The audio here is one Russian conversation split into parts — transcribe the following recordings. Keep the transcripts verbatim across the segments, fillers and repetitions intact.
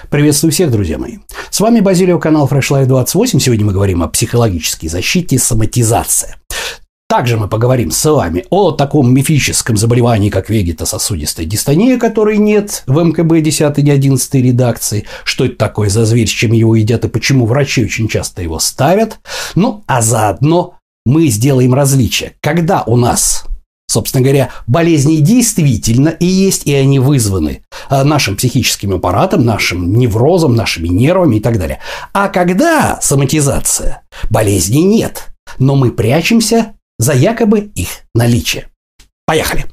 Приветствую всех, друзья мои. С вами Базилио, канал Fresh Life двадцать восемь. Сегодня мы говорим о психологической защите, соматизации. Также мы поговорим с вами о таком мифическом заболевании, как вегетососудистая дистония, которой нет в эм ка бэ десятой и одиннадцатой редакции. Что это такое за зверь, с чем его едят и почему врачи очень часто его ставят. Ну, а заодно мы сделаем различие. Когда у нас, собственно говоря, болезни действительно и есть, и они вызваны нашим психическим аппаратом, нашим неврозом, нашими нервами и так далее. А когда соматизация, болезней нет, но мы прячемся за якобы их наличие. Поехали!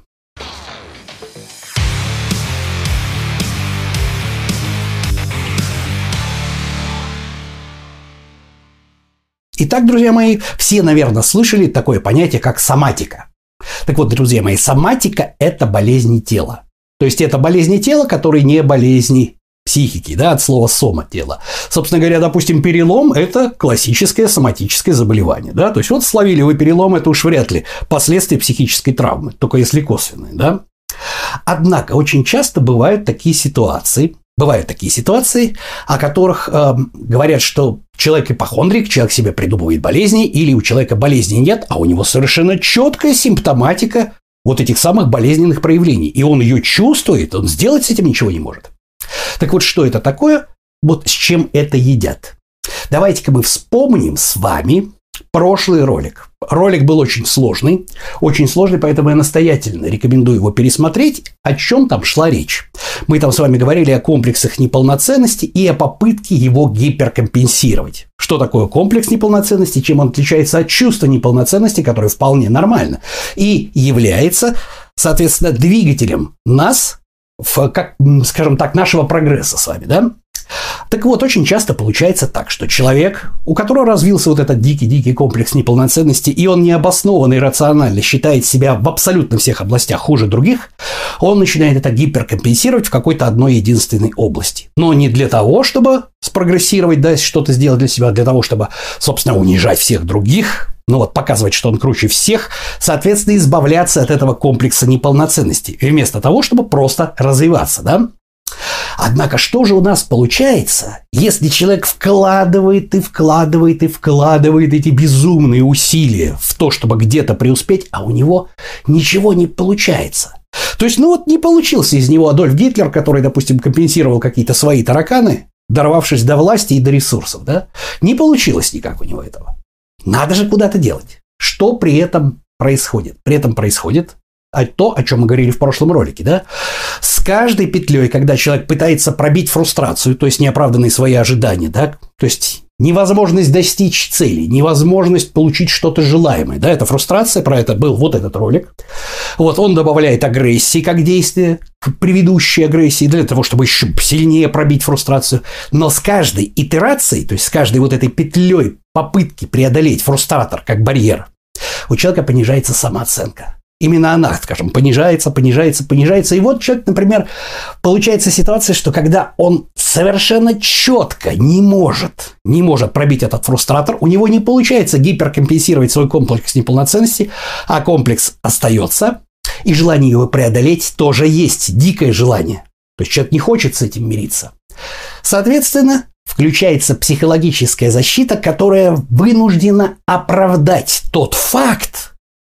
Итак, друзья мои, все, наверное, слышали такое понятие, как соматика. Так вот, друзья мои, соматика – это болезни тела. То есть, это болезни тела, которые не болезни психики, да, от слова сома – тело. Собственно говоря, допустим, перелом – это классическое соматическое заболевание, да. То есть, вот словили вы перелом – это уж вряд ли последствия психической травмы, только если косвенные, да. Однако, очень часто бывают такие ситуации, бывают такие ситуации, о которых э, говорят, что человек ипохондрик, человек себе придумывает болезни, или у человека болезни нет, а у него совершенно четкая симптоматика вот этих самых болезненных проявлений. И он ее чувствует, он сделать с этим ничего не может. Так вот, что это такое? Вот с чем это едят? Давайте-ка мы вспомним с вами прошлый ролик. Ролик был очень сложный, очень сложный, поэтому я настоятельно рекомендую его пересмотреть. О чем там шла речь? Мы там с вами говорили о комплексах неполноценности и о попытке его гиперкомпенсировать. Что такое комплекс неполноценности, чем он отличается от чувства неполноценности, которое вполне нормально, и является, соответственно, двигателем нас, в, как, скажем так, нашего прогресса с вами, да? Так вот, очень часто получается так, что человек, у которого развился вот этот дикий-дикий комплекс неполноценности, и он необоснованно и рационально считает себя в абсолютно всех областях хуже других, он начинает это гиперкомпенсировать в какой-то одной единственной области. Но не для того, чтобы спрогрессировать, да, что-то сделать для себя, а для того, чтобы, собственно, унижать всех других, ну вот, показывать, что он круче всех, соответственно, избавляться от этого комплекса неполноценности, вместо того, чтобы просто развиваться, да? Однако, что же у нас получается, если человек вкладывает и вкладывает и вкладывает эти безумные усилия в то, чтобы где-то преуспеть, а у него ничего не получается? То есть, ну вот не получился из него Адольф Гитлер, который, допустим, компенсировал какие-то свои тараканы, дорвавшись до власти и до ресурсов, да? Не получилось никак у него этого. Надо же куда-то делать. Что при этом происходит? При этом происходит а то, о чем мы говорили в прошлом ролике, да? С каждой петлей, когда человек пытается пробить фрустрацию, то есть неоправданные свои ожидания, да, то есть невозможность достичь цели, невозможность получить что-то желаемое, да, это фрустрация, про это был вот этот ролик. Вот он добавляет агрессии как действие к предыдущей агрессии для того, чтобы еще сильнее пробить фрустрацию. Но с каждой итерацией, то есть с каждой вот этой петлей попытки преодолеть фрустратор как барьер, у человека понижается самооценка. Именно она, скажем, понижается, понижается, понижается. И вот человек, например, получается ситуация, что когда он совершенно четко не может, не может пробить этот фрустратор, у него не получается гиперкомпенсировать свой комплекс неполноценности, а комплекс остается, и желание его преодолеть тоже есть, дикое желание. То есть человек не хочет с этим мириться. Соответственно, включается психологическая защита, которая вынуждена оправдать тот факт,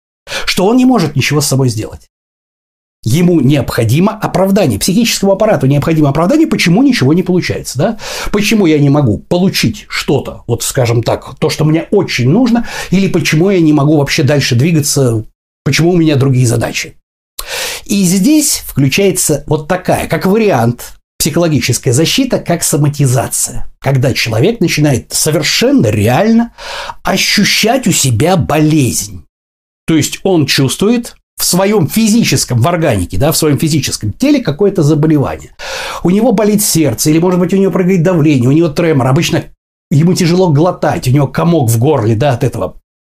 что он не может ничего с собой сделать. Ему необходимо оправдание. Психическому аппарату необходимо оправдание, почему ничего не получается. Да? Почему я не могу получить что-то, вот скажем так, то, что мне очень нужно, или почему я не могу вообще дальше двигаться, почему у меня другие задачи. И здесь включается вот такая, как вариант, психологическая защита, как соматизация. Когда человек начинает совершенно реально ощущать у себя болезнь. То есть он чувствует в своем физическом, в органике, да, в своем физическом теле какое-то заболевание. У него болит сердце, или, может быть, у него прыгает давление, у него тремор. Обычно ему тяжело глотать, у него комок в горле, да, от этого.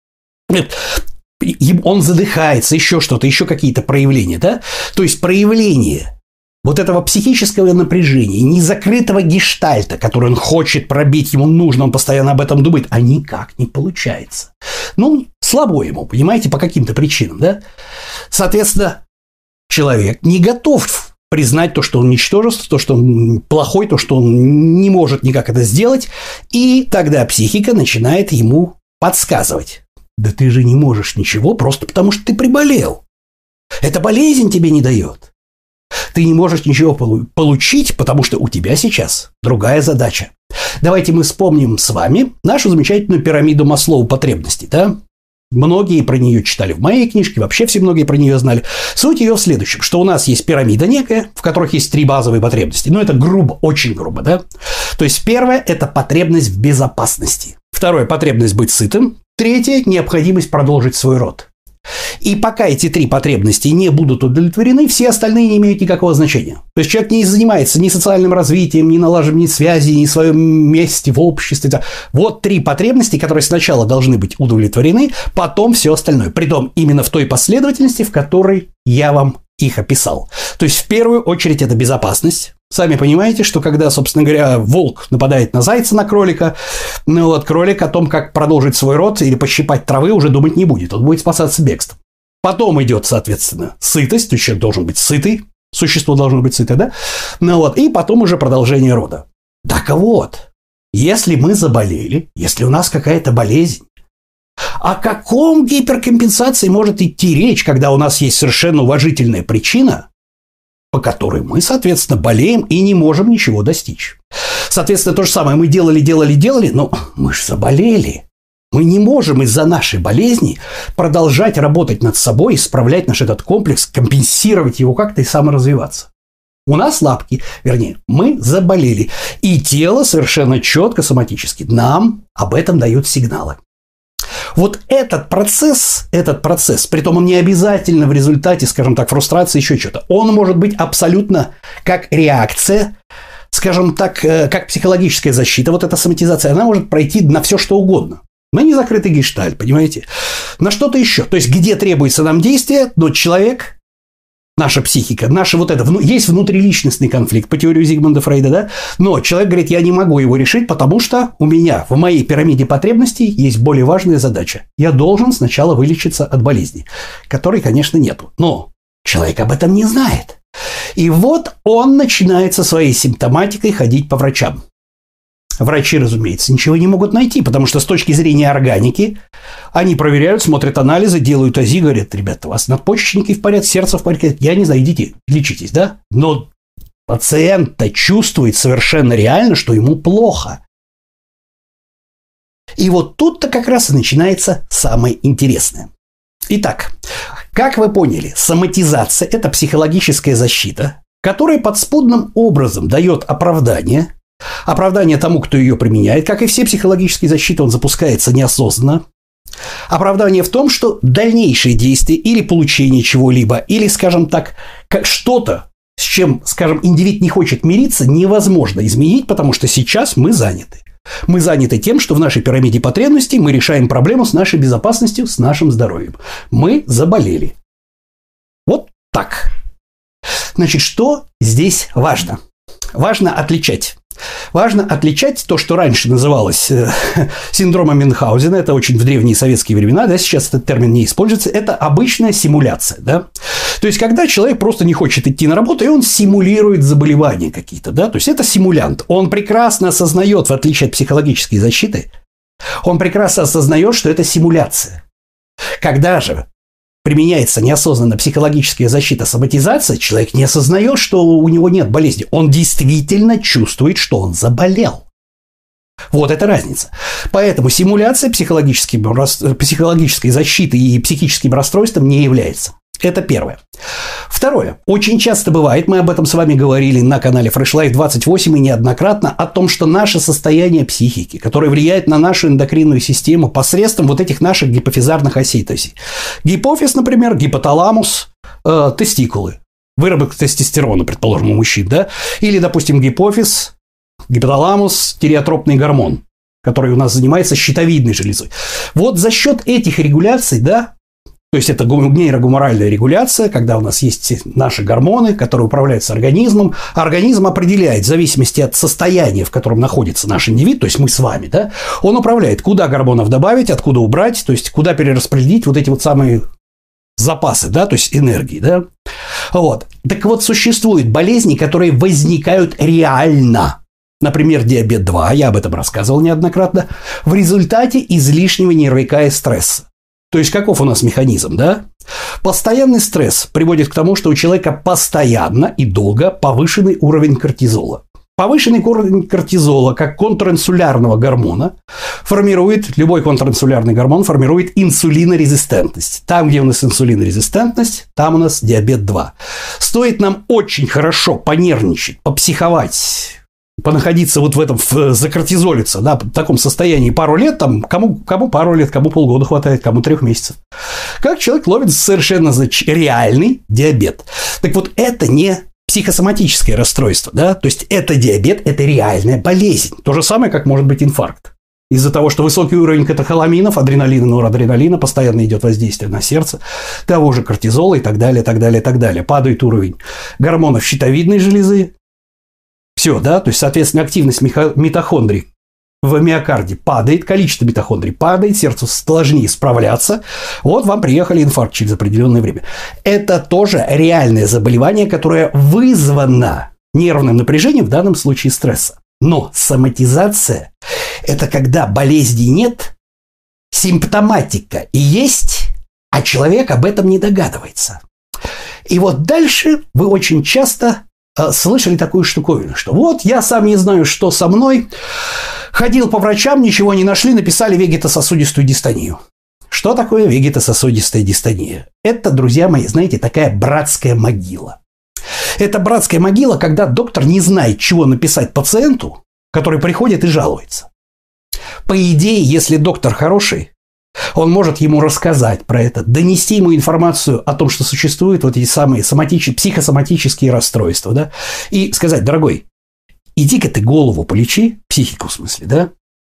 Он задыхается, еще что-то, еще какие-то проявления, да. То есть проявление вот этого психического напряжения, незакрытого гештальта, который он хочет пробить, ему нужно, он постоянно об этом думает, а никак не получается. Ну, слабо ему, понимаете, по каким-то причинам, да? Соответственно, человек не готов признать то, что он ничтожество, то, что он плохой, то, что он не может никак это сделать. И тогда психика начинает ему подсказывать. Да ты же не можешь ничего просто потому, что ты приболел. Эта болезнь тебе не дает. Ты не можешь ничего получить, потому что у тебя сейчас другая задача. Давайте мы вспомним с вами нашу замечательную пирамиду Маслоу потребностей, да? Многие про нее читали в моей книжке, вообще все многие про нее знали. Суть ее в следующем, что у нас есть пирамида некая, в которых есть три базовые потребности. Ну, это грубо, очень грубо, да? То есть, первое – это потребность в безопасности. Второе – потребность быть сытым. Третье – необходимость продолжить свой род. И пока эти три потребности не будут удовлетворены, все остальные не имеют никакого значения. То есть человек не занимается ни социальным развитием, ни налаживанием связи, ни в своем месте в обществе. Вот три потребности, которые сначала должны быть удовлетворены, потом все остальное. Притом именно в той последовательности, в которой я вам их описал. То есть в первую очередь это безопасность. Сами понимаете, что когда, собственно говоря, волк нападает на зайца, на кролика, ну вот кролик о том, как продолжить свой род или пощипать травы, уже думать не будет. Он будет спасаться бегством. Потом идет, соответственно, сытость. То есть человек должен быть сытый. Существо должно быть сытое, да? Ну вот. И потом уже продолжение рода. Так вот, если мы заболели, если у нас какая-то болезнь, о каком гиперкомпенсации может идти речь, когда у нас есть совершенно уважительная причина, по которой мы, соответственно, болеем и не можем ничего достичь. Соответственно, то же самое мы делали, делали, делали, но мы же заболели. Мы не можем из-за нашей болезни продолжать работать над собой, исправлять наш этот комплекс, компенсировать его как-то и саморазвиваться. У нас лапки, вернее, мы заболели. И тело совершенно четко, соматически нам об этом дают сигналы. Вот этот процесс, этот процесс, притом он не обязательно в результате, скажем так, фрустрации, еще что-то. Он может быть абсолютно как реакция, скажем так, как психологическая защита. Вот эта соматизация, она может пройти на все, что угодно. На незакрытый гештальт, понимаете? На что-то еще. То есть, где требуется нам действие, но человек, наша психика, наша вот это, есть внутриличностный конфликт по теории Зигмунда Фрейда, да? Но человек говорит, я не могу его решить, потому что у меня в моей пирамиде потребностей есть более важная задача. Я должен сначала вылечиться от болезни, которой, конечно, нету. Но человек об этом не знает. И вот он начинает со своей симптоматикой ходить по врачам. Врачи, разумеется, ничего не могут найти, потому что с точки зрения органики они проверяют, смотрят анализы, делают АЗИ, говорят, ребята, у вас надпочечники в порядке, сердце в порядке, я не знаю, идите, лечитесь, да? Но пациент-то чувствует совершенно реально, что ему плохо. И вот тут-то как раз и начинается самое интересное. Итак, как вы поняли, соматизация – это психологическая защита, которая подспудным образом дает оправдание, оправдание тому, кто ее применяет. Как и все психологические защиты, он запускается неосознанно. Оправдание в том, что дальнейшие действия или получение чего-либо, или, скажем так, как что-то, с чем, скажем, индивид не хочет мириться, невозможно изменить, потому что сейчас мы заняты. Мы заняты тем, что в нашей пирамиде потребностей мы решаем проблему с нашей безопасностью, с нашим здоровьем. Мы заболели. Вот так. Значит, что здесь важно? Важно отличать. Важно отличать то, что раньше называлось э, синдромом Мюнхгаузена, это очень в древние советские времена, да, сейчас этот термин не используется, это обычная симуляция, да, то есть когда человек просто не хочет идти на работу, и он симулирует заболевания какие-то, да, то есть это симулянт, он прекрасно осознает, в отличие от психологической защиты, он прекрасно осознает, что это симуляция. Когда же применяется неосознанно психологическая защита, соматизация, человек не осознает, что у него нет болезни. Он действительно чувствует, что он заболел. Вот это разница. Поэтому симуляция психологической защиты и психическим расстройством не является. Это первое. Второе. Очень часто бывает, мы об этом с вами говорили на канале Fresh Life двадцать восемь и неоднократно, о том, что наше состояние психики, которое влияет на нашу эндокринную систему посредством вот этих наших гипофизарных осей. То есть гипофиз, например, гипоталамус, э, тестикулы, выработка тестостерона, предположим, у мужчин, да? Или, допустим, гипофиз, гипоталамус, тиреотропный гормон, который у нас занимается щитовидной железой. Вот за счет этих регуляций, да, то есть это нейрогуморальная регуляция, когда у нас есть наши гормоны, которые управляются организмом. Организм определяет, в зависимости от состояния, в котором находится наш индивид, то есть мы с вами, да, он управляет, куда гормонов добавить, откуда убрать, то есть куда перераспределить вот эти вот самые запасы, да, то есть энергии, да. Вот. Так вот, существуют болезни, которые возникают реально. Например, диабет два, я об этом рассказывал неоднократно, в результате излишнего нервика и стресса. То есть, каков у нас механизм, да? Постоянный стресс приводит к тому, что у человека постоянно и долго повышенный уровень кортизола. Повышенный уровень кортизола, как контринсулярного гормона, формирует, любой контринсулярный гормон формирует инсулинорезистентность. Там, где у нас инсулинорезистентность, там у нас диабет два. Стоит нам очень хорошо понервничать, попсиховать, понаходиться вот в этом, в, закортизолиться, да, в таком состоянии пару лет, там, кому, кому пару лет, кому полгода хватает, кому трех месяцев. Как человек ловит совершенно реальный диабет. Так вот, это не психосоматическое расстройство, да, то есть это диабет, это реальная болезнь. То же самое, как может быть инфаркт. Из-за того, что высокий уровень катехоламинов, адреналина, норадреналина, постоянно идет воздействие на сердце, того же кортизола и так далее, так далее, так далее. Падает уровень гормонов щитовидной железы. Все, да, то есть, соответственно, активность митохондрий в миокарде падает, количество митохондрий падает, сердцу сложнее справляться. Вот вам приехали инфаркт через определенное время. Это тоже реальное заболевание, которое вызвано нервным напряжением, в данном случае стресса. Но соматизация – это когда болезни нет, симптоматика и есть, а человек об этом не догадывается. И вот дальше вы очень часто слышали такую штуковину, что вот я сам не знаю, что со мной, ходил по врачам, ничего не нашли, написали вегетососудистую дистонию. Что такое вегетососудистая дистония? Это, друзья мои, знаете, такая братская могила. Это братская могила, когда доктор не знает, чего написать пациенту, который приходит и жалуется. По идее, если доктор хороший, он может ему рассказать про это, донести ему информацию о том, что существуют вот эти самые соматические, психосоматические расстройства, да, и сказать: дорогой, иди-ка ты голову полечи, психику в смысле, да,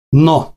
но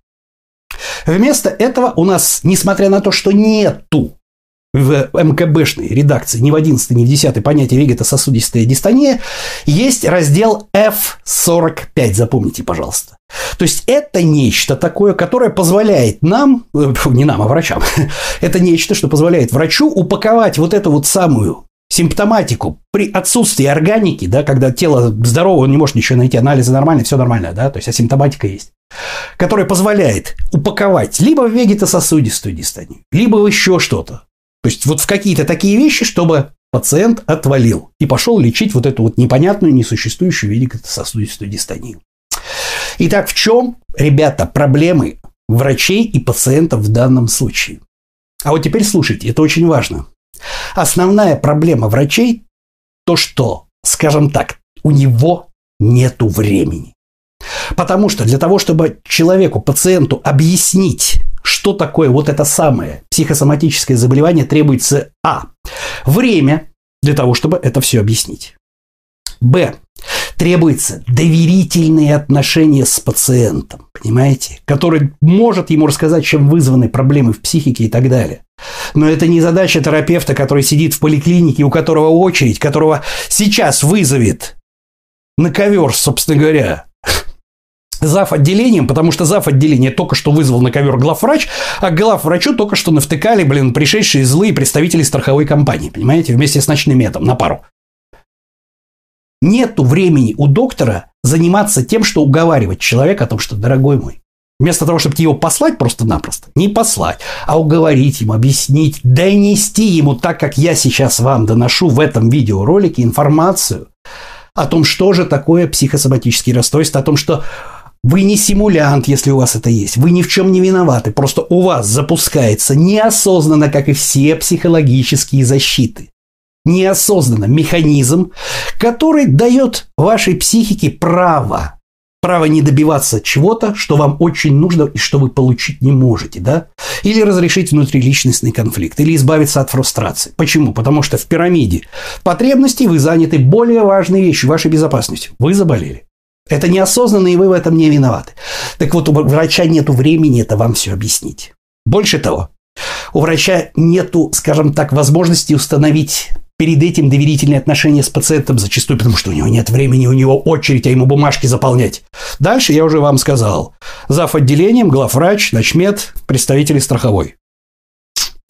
вместо этого у нас, несмотря на то, что нету в эм ка бэ-шной редакции ни в одиннадцатой, ни в десятой понятия вегетососудистая дистония, есть раздел эф сорок пять, запомните, пожалуйста. То есть это нечто такое, которое позволяет нам, не нам, а врачам, это нечто, что позволяет врачу упаковать вот эту вот самую симптоматику при отсутствии органики, да, когда тело здорово, он не может ничего найти, анализы нормальные, все нормально, да, то есть асимптоматика есть, которая позволяет упаковать либо в вегетососудистую дистонию, либо в еще что-то. То есть вот в какие-то такие вещи, чтобы пациент отвалил и пошел лечить вот эту вот непонятную, несуществующую вегетососудистую дистонию. Итак, в чем, ребята, проблемы врачей и пациентов в данном случае? А вот теперь слушайте, это очень важно. Основная проблема врачей – то, что, скажем так, у него нету времени. Потому что для того, чтобы человеку, пациенту объяснить, что такое вот это самое психосоматическое заболевание, требуется а. время для того, чтобы это все объяснить. Б. Требуется доверительные отношения с пациентом, понимаете, который может ему рассказать, чем вызваны проблемы в психике и так далее. Но это не задача терапевта, который сидит в поликлинике, у которого очередь, которого сейчас вызовет на ковер, собственно говоря, зав. Отделением, потому что зав. Отделение только что вызвал на ковер главврач, а главврачу только что навтыкали, блин, пришедшие злые представители страховой компании, понимаете, вместе с ночным медом на пару. Нету времени у доктора заниматься тем, что уговаривать человека о том, что, дорогой мой, вместо того, чтобы его послать просто-напросто, не послать, а уговорить ему, объяснить, донести ему, так как я сейчас вам доношу в этом видеоролике информацию о том, что же такое психосоматические расстройства, о том, что вы не симулянт, если у вас это есть, вы ни в чем не виноваты, просто у вас запускается неосознанно, как и все психологические защиты, неосознанно механизм, который дает вашей психике право, право не добиваться чего-то, что вам очень нужно и что вы получить не можете, да? Или разрешить внутриличностный конфликт, или избавиться от фрустрации. Почему? Потому что в пирамиде потребностей вы заняты более важной вещью, вашей безопасностью. Вы заболели. Это неосознанно, и вы в этом не виноваты. Так вот, у врача нету времени это вам все объяснить. Больше того, у врача нету, скажем так, возможности установить перед этим доверительные отношения с пациентом зачастую, потому что у него нет времени, у него очередь, а ему бумажки заполнять. Дальше я уже вам сказал. Зав. Отделением, главврач, начмед, представители страховой.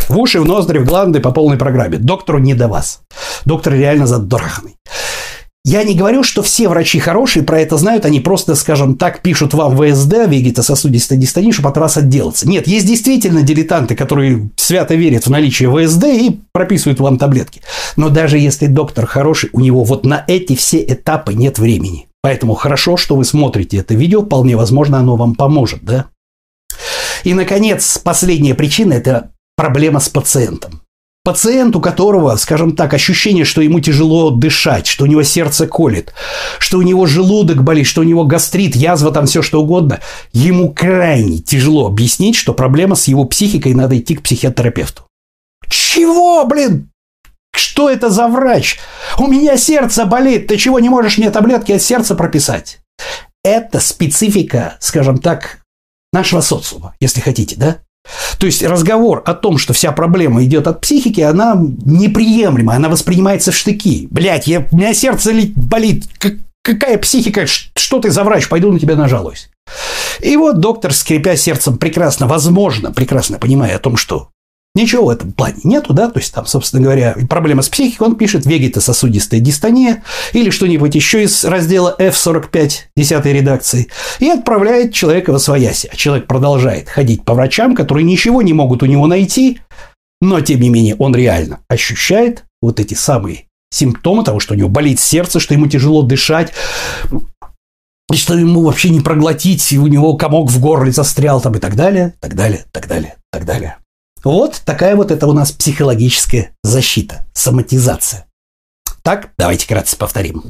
В уши, в ноздри, в гланды по полной программе. Доктору не до вас. Доктор реально задороханный. Я не говорю, что все врачи хорошие, про это знают, они просто, скажем так, пишут вам вэ эс дэ, вегетососудистой дистонии, чтобы от вас отделаться. Нет, есть действительно дилетанты, которые свято верят в наличие вэ эс дэ и прописывают вам таблетки. Но даже если доктор хороший, у него вот на эти все этапы нет времени. Поэтому хорошо, что вы смотрите это видео, вполне возможно, оно вам поможет, да? И, наконец, последняя причина – это проблема с пациентом. Пациент, у которого, скажем так, ощущение, что ему тяжело дышать, что у него сердце колет, что у него желудок болит, что у него гастрит, язва, там все что угодно, ему крайне тяжело объяснить, что проблема с его психикой, надо идти к психотерапевту. Чего, блин? Что это за врач? У меня сердце болит, ты чего не можешь мне таблетки от сердца прописать? Это специфика, скажем так, нашего социума, если хотите, да? То есть разговор о том, что вся проблема идет от психики, она неприемлема, она воспринимается в штыки. Блять, я, у меня сердце болит, как, какая психика, что ты за врач, пойду на тебя нажалуюсь. И вот доктор, скрипя сердцем, прекрасно, возможно, прекрасно понимая о том, что ничего в этом плане нету, да, то есть там, собственно говоря, проблема с психикой, он пишет вегетососудистая дистония или что-нибудь еще из раздела эф сорок пять, десятой редакции, и отправляет человека восвояси. А человек продолжает ходить по врачам, которые ничего не могут у него найти, но, тем не менее, он реально ощущает вот эти самые симптомы того, что у него болит сердце, что ему тяжело дышать, и что ему вообще не проглотить, и у него комок в горле застрял там и так далее, так далее, так далее, так далее. Вот такая вот это у нас психологическая защита, соматизация. Так, давайте кратко повторим.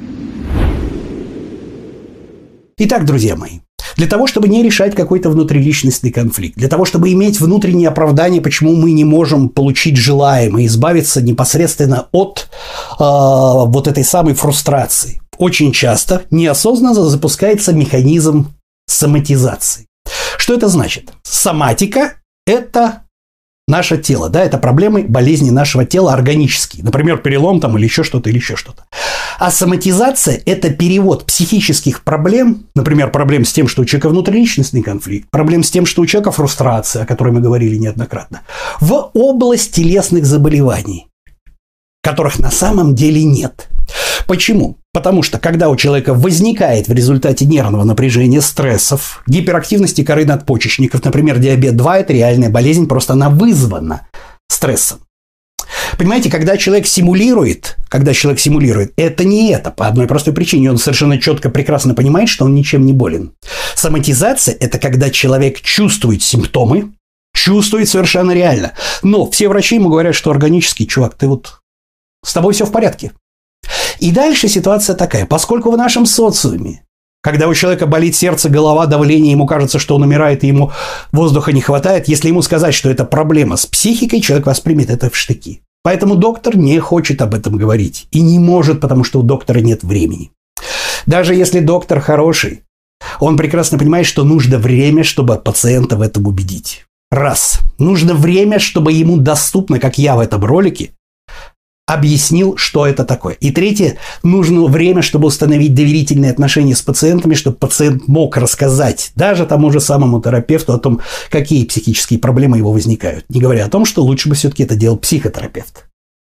Итак, друзья мои, для того, чтобы не решать какой-то внутриличностный конфликт, для того, чтобы иметь внутреннее оправдание, почему мы не можем получить желаемое, избавиться непосредственно от э, вот этой самой фрустрации, очень часто неосознанно запускается механизм соматизации. Что это значит? Соматика – это наше тело, да, это проблемы, болезни нашего тела органические, например, перелом там или еще что-то, или еще что-то. А соматизация – это перевод психических проблем, например, проблем с тем, что у человека внутриличностный конфликт, проблем с тем, что у человека фрустрация, о которой мы говорили неоднократно, в область телесных заболеваний, которых на самом деле нет. Почему? Потому что, когда у человека возникает в результате нервного напряжения, стрессов, гиперактивности коры надпочечников, например, диабет два – это реальная болезнь, просто она вызвана стрессом. Понимаете, когда человек симулирует, когда человек симулирует, это не это, по одной простой причине, он совершенно четко, прекрасно понимает, что он ничем не болен. Соматизация – это когда человек чувствует симптомы, чувствует совершенно реально. Но все врачи ему говорят, что органический, чувак, ты вот, с тобой все в порядке. И дальше ситуация такая. Поскольку в нашем социуме, когда у человека болит сердце, голова, давление, ему кажется, что он умирает, и ему воздуха не хватает, если ему сказать, что это проблема с психикой, человек воспримет это в штыки. Поэтому доктор не хочет об этом говорить. И не может, потому что у доктора нет времени. Даже если доктор хороший, он прекрасно понимает, что нужно время, чтобы пациента в этом убедить. Раз. Нужно время, чтобы ему доступно, как я в этом ролике, объяснил, что это такое. И третье, нужно время, чтобы установить доверительные отношения с пациентами, чтобы пациент мог рассказать даже тому же самому терапевту о том, какие психические проблемы его возникают. Не говоря о том, что лучше бы все-таки это делал психотерапевт.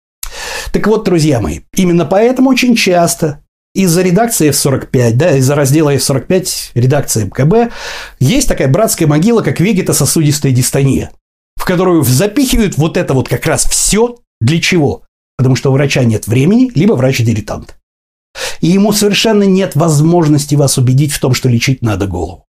Так вот, друзья мои, именно поэтому очень часто из-за редакции эф сорок пять, да, из-за раздела эф сорок пять редакции эм ка бэ есть такая братская могила, как вегетососудистая дистония, в которую запихивают вот это вот как раз все для чего? Потому что у врача нет времени, либо врач-дилетант. И ему совершенно нет возможности вас убедить в том, что лечить надо голову.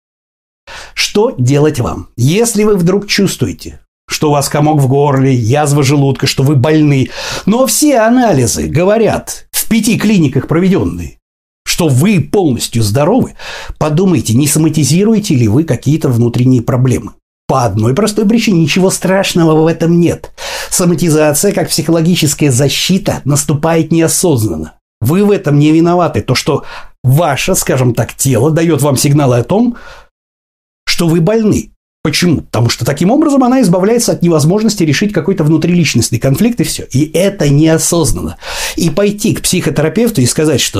Что делать вам? Если вы вдруг чувствуете, что у вас комок в горле, язва желудка, что вы больны, но все анализы говорят, в пяти клиниках проведенные, что вы полностью здоровы, подумайте, не соматизируете ли вы какие-то внутренние проблемы. По одной простой причине, ничего страшного в этом нет. Соматизация, как психологическая защита, наступает неосознанно. Вы в этом не виноваты. То, что ваше, скажем так, тело дает вам сигналы о том, что вы больны. Почему? Потому что таким образом она избавляется от невозможности решить какой-то внутриличностный конфликт и все. И это неосознанно. И пойти к психотерапевту и сказать, что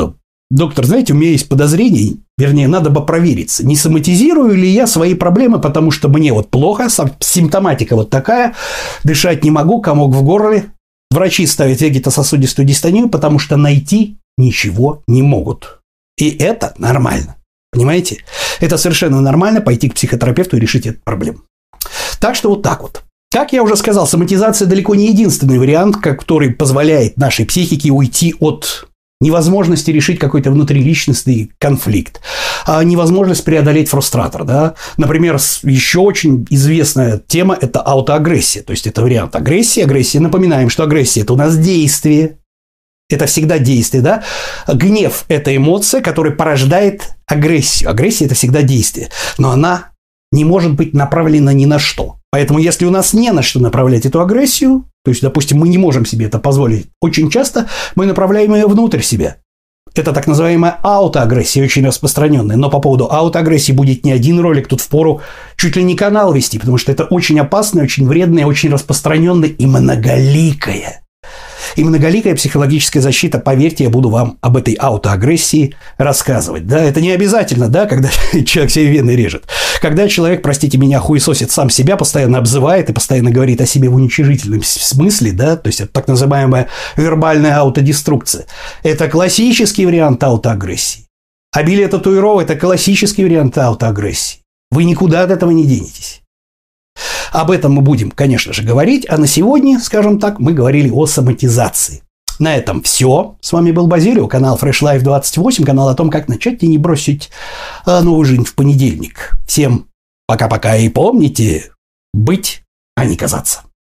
доктор, знаете, у меня есть подозрение, вернее, надо бы провериться, не соматизирую ли я свои проблемы, потому что мне вот плохо, симптоматика вот такая, дышать не могу, комок в горле. Врачи ставят вегетососудистую дистонию, потому что найти ничего не могут. И это нормально. Понимаете? Это совершенно нормально пойти к психотерапевту и решить эту проблему. Так что вот так вот. Как я уже сказал, соматизация далеко не единственный вариант, который позволяет нашей психике уйти от невозможности решить какой-то внутриличностный конфликт, а невозможность преодолеть фрустратор. Да? Например, еще очень известная тема – это аутоагрессия. То есть, это вариант агрессии. Агрессия. Напоминаем, что агрессия – это у нас действие. Это всегда действие, да? Гнев – это эмоция, которая порождает агрессию. Агрессия – это всегда действие. Но она не может быть направлена ни на что. Поэтому, если у нас не на что направлять эту агрессию, то есть, допустим, мы не можем себе это позволить, очень часто мы направляем ее внутрь себя. Это так называемая аутоагрессия, очень распространенная. Но по поводу аутоагрессии будет не один ролик, тут впору чуть ли не канал вести, потому что это очень опасная, очень вредная, очень распространенная и многоликая. И многоликая психологическая защита, поверьте, я буду вам об этой аутоагрессии рассказывать. Да, это не обязательно, да, когда человек себе вены режет. Когда человек, простите меня, хуесосит сам себя, постоянно обзывает и постоянно говорит о себе в уничижительном смысле, да, то есть это так называемая вербальная аутодеструкция. Это классический вариант аутоагрессии. Обилие татуировок – это классический вариант аутоагрессии. Вы никуда от этого не денетесь. Об этом мы будем, конечно же, говорить, а на сегодня, скажем так, мы говорили о соматизации. На этом все. С вами был Базилио, канал Fresh Life двадцать восемь, канал о том, как начать и не бросить новую жизнь в понедельник. Всем пока-пока и помните, быть, а не казаться.